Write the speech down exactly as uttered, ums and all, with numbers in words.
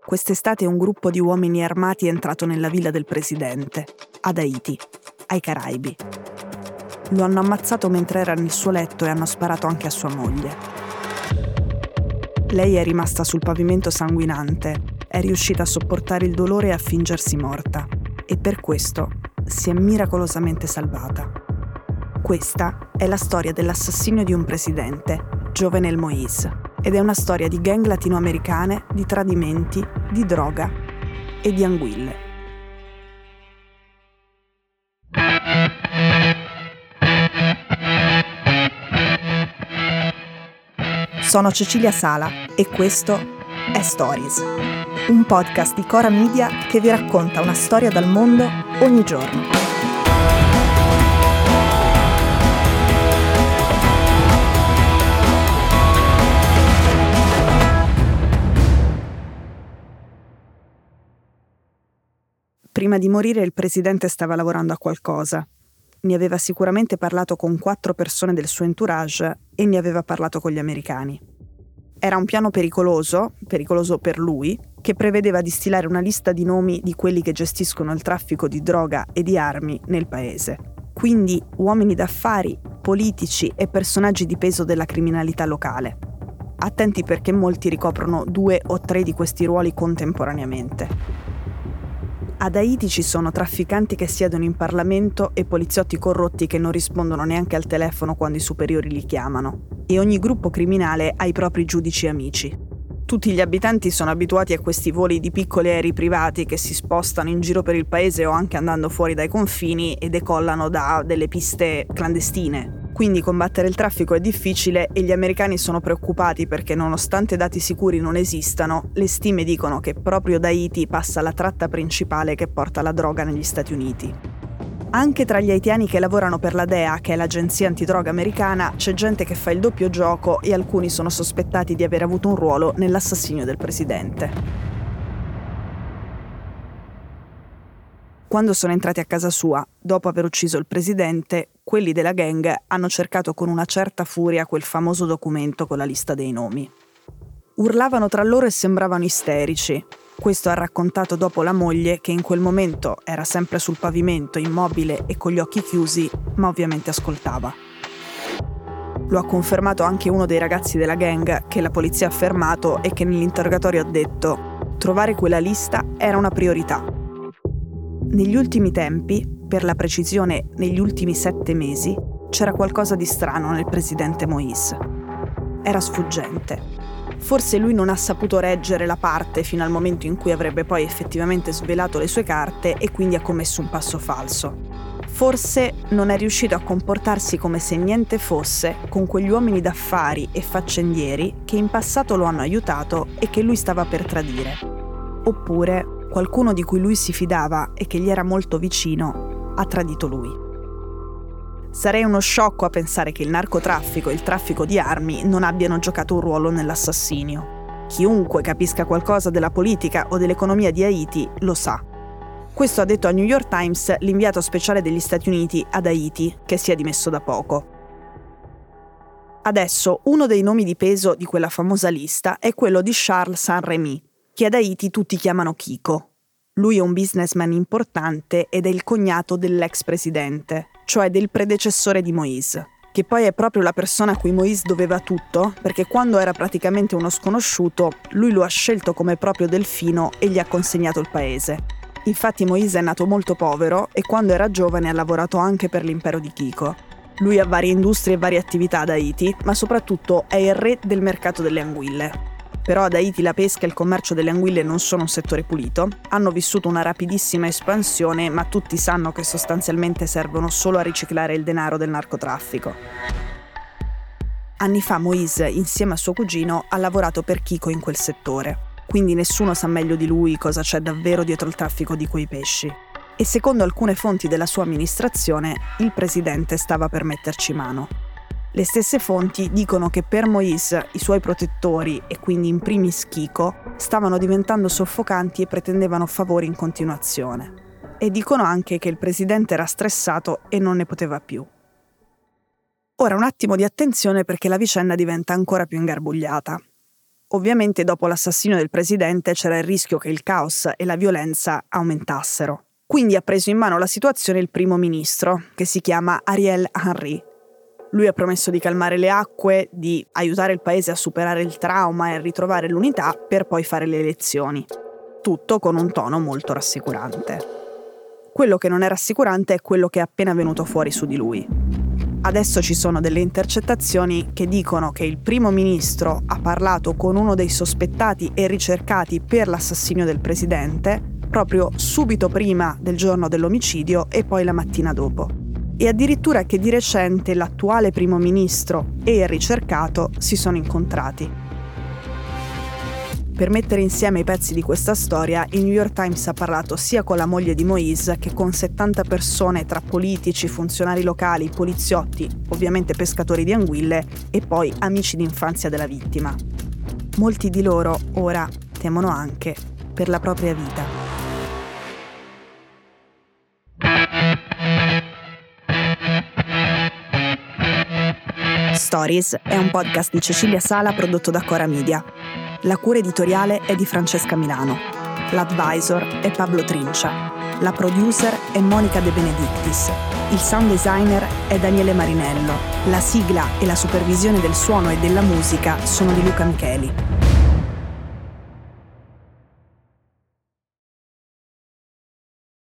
Quest'estate un gruppo di uomini armati è entrato nella villa del presidente, ad Haiti, ai Caraibi. Lo hanno ammazzato mentre era nel suo letto e hanno sparato anche a sua moglie. Lei è rimasta sul pavimento sanguinante, è riuscita a sopportare il dolore e a fingersi morta, e per questo si è miracolosamente salvata. Questa è la storia dell'assassinio di un presidente, Jovenel Moïse, ed è una storia di gang latinoamericane, di tradimenti, di droga e di anguille. Sono Cecilia Sala e questo è Stories, un podcast di Cora Media che vi racconta una storia dal mondo ogni giorno. Prima di morire il presidente stava lavorando a qualcosa. Ne aveva sicuramente parlato con quattro persone del suo entourage e ne aveva parlato con gli americani. Era un piano pericoloso, pericoloso per lui, che prevedeva di stilare una lista di nomi di quelli che gestiscono il traffico di droga e di armi nel paese. Quindi uomini d'affari, politici e personaggi di peso della criminalità locale. Attenti perché molti ricoprono due o tre di questi ruoli contemporaneamente. Ad Haiti ci sono trafficanti che siedono in Parlamento e poliziotti corrotti che non rispondono neanche al telefono quando i superiori li chiamano. E ogni gruppo criminale ha i propri giudici amici. Tutti gli abitanti sono abituati a questi voli di piccoli aerei privati che si spostano in giro per il paese o anche andando fuori dai confini e decollano da delle piste clandestine. Quindi combattere il traffico è difficile e gli americani sono preoccupati perché nonostante dati sicuri non esistano, le stime dicono che proprio da Haiti passa la tratta principale che porta la droga negli Stati Uniti. Anche tra gli haitiani che lavorano per la D E A, che è l'agenzia antidroga americana, c'è gente che fa il doppio gioco e alcuni sono sospettati di aver avuto un ruolo nell'assassinio del presidente. Quando sono entrati a casa sua, dopo aver ucciso il presidente, quelli della gang hanno cercato con una certa furia quel famoso documento con la lista dei nomi. Urlavano tra loro e sembravano isterici. Questo ha raccontato dopo la moglie, che in quel momento era sempre sul pavimento, immobile e con gli occhi chiusi, ma ovviamente ascoltava. Lo ha confermato anche uno dei ragazzi della gang, che la polizia ha fermato e che nell'interrogatorio ha detto: trovare quella lista era una priorità. Negli ultimi tempi, per la precisione negli ultimi sette mesi, c'era qualcosa di strano nel presidente Moïse. Era sfuggente. Forse lui non ha saputo reggere la parte fino al momento in cui avrebbe poi effettivamente svelato le sue carte e quindi ha commesso un passo falso. Forse non è riuscito a comportarsi come se niente fosse con quegli uomini d'affari e faccendieri che in passato lo hanno aiutato e che lui stava per tradire. Oppure qualcuno di cui lui si fidava e che gli era molto vicino ha tradito lui. Sarei uno sciocco a pensare che il narcotraffico e il traffico di armi non abbiano giocato un ruolo nell'assassinio. Chiunque capisca qualcosa della politica o dell'economia di Haiti lo sa. Questo ha detto a New York Times l'inviato speciale degli Stati Uniti ad Haiti, che si è dimesso da poco. Adesso uno dei nomi di peso di quella famosa lista è quello di Charles Saint-Rémy, che ad Haiti tutti chiamano Kiko. Lui è un businessman importante ed è il cognato dell'ex presidente, cioè del predecessore di Moïse, che poi è proprio la persona a cui Moïse doveva tutto, perché quando era praticamente uno sconosciuto, lui lo ha scelto come proprio delfino e gli ha consegnato il paese. Infatti Moïse è nato molto povero e quando era giovane ha lavorato anche per l'impero di Kiko. Lui ha varie industrie e varie attività ad Haiti, ma soprattutto è il re del mercato delle anguille. Però ad Haiti la pesca e il commercio delle anguille non sono un settore pulito, hanno vissuto una rapidissima espansione, ma tutti sanno che sostanzialmente servono solo a riciclare il denaro del narcotraffico. Anni fa Moïse, insieme a suo cugino, ha lavorato per Kiko in quel settore, quindi nessuno sa meglio di lui cosa c'è davvero dietro il traffico di quei pesci. E secondo alcune fonti della sua amministrazione, il presidente stava per metterci mano. Le stesse fonti dicono che per Moïse i suoi protettori, e quindi in primis Kiko, stavano diventando soffocanti e pretendevano favori in continuazione. E dicono anche che il presidente era stressato e non ne poteva più. Ora un attimo di attenzione perché la vicenda diventa ancora più ingarbugliata. Ovviamente dopo l'assassinio del presidente c'era il rischio che il caos e la violenza aumentassero. Quindi ha preso in mano la situazione il primo ministro, che si chiama Ariel Henry. Lui ha promesso di calmare le acque, di aiutare il paese a superare il trauma e a ritrovare l'unità per poi fare le elezioni. Tutto con un tono molto rassicurante. Quello che non è rassicurante è quello che è appena venuto fuori su di lui. Adesso ci sono delle intercettazioni che dicono che il primo ministro ha parlato con uno dei sospettati e ricercati per l'assassinio del presidente proprio subito prima del giorno dell'omicidio e poi la mattina dopo. E addirittura che di recente l'attuale primo ministro e il ricercato si sono incontrati. Per mettere insieme i pezzi di questa storia, il New York Times ha parlato sia con la moglie di Moïse che con settanta persone tra politici, funzionari locali, poliziotti, ovviamente pescatori di anguille e poi amici d'infanzia della vittima. Molti di loro ora temono anche per la propria vita. Stories è un podcast di Cecilia Sala prodotto da Cora Media. La cura editoriale è di Francesca Milano. L'advisor è Pablo Trincia. La producer è Monica De Benedictis. Il sound designer è Daniele Marinello. La sigla e la supervisione del suono e della musica sono di Luca Micheli.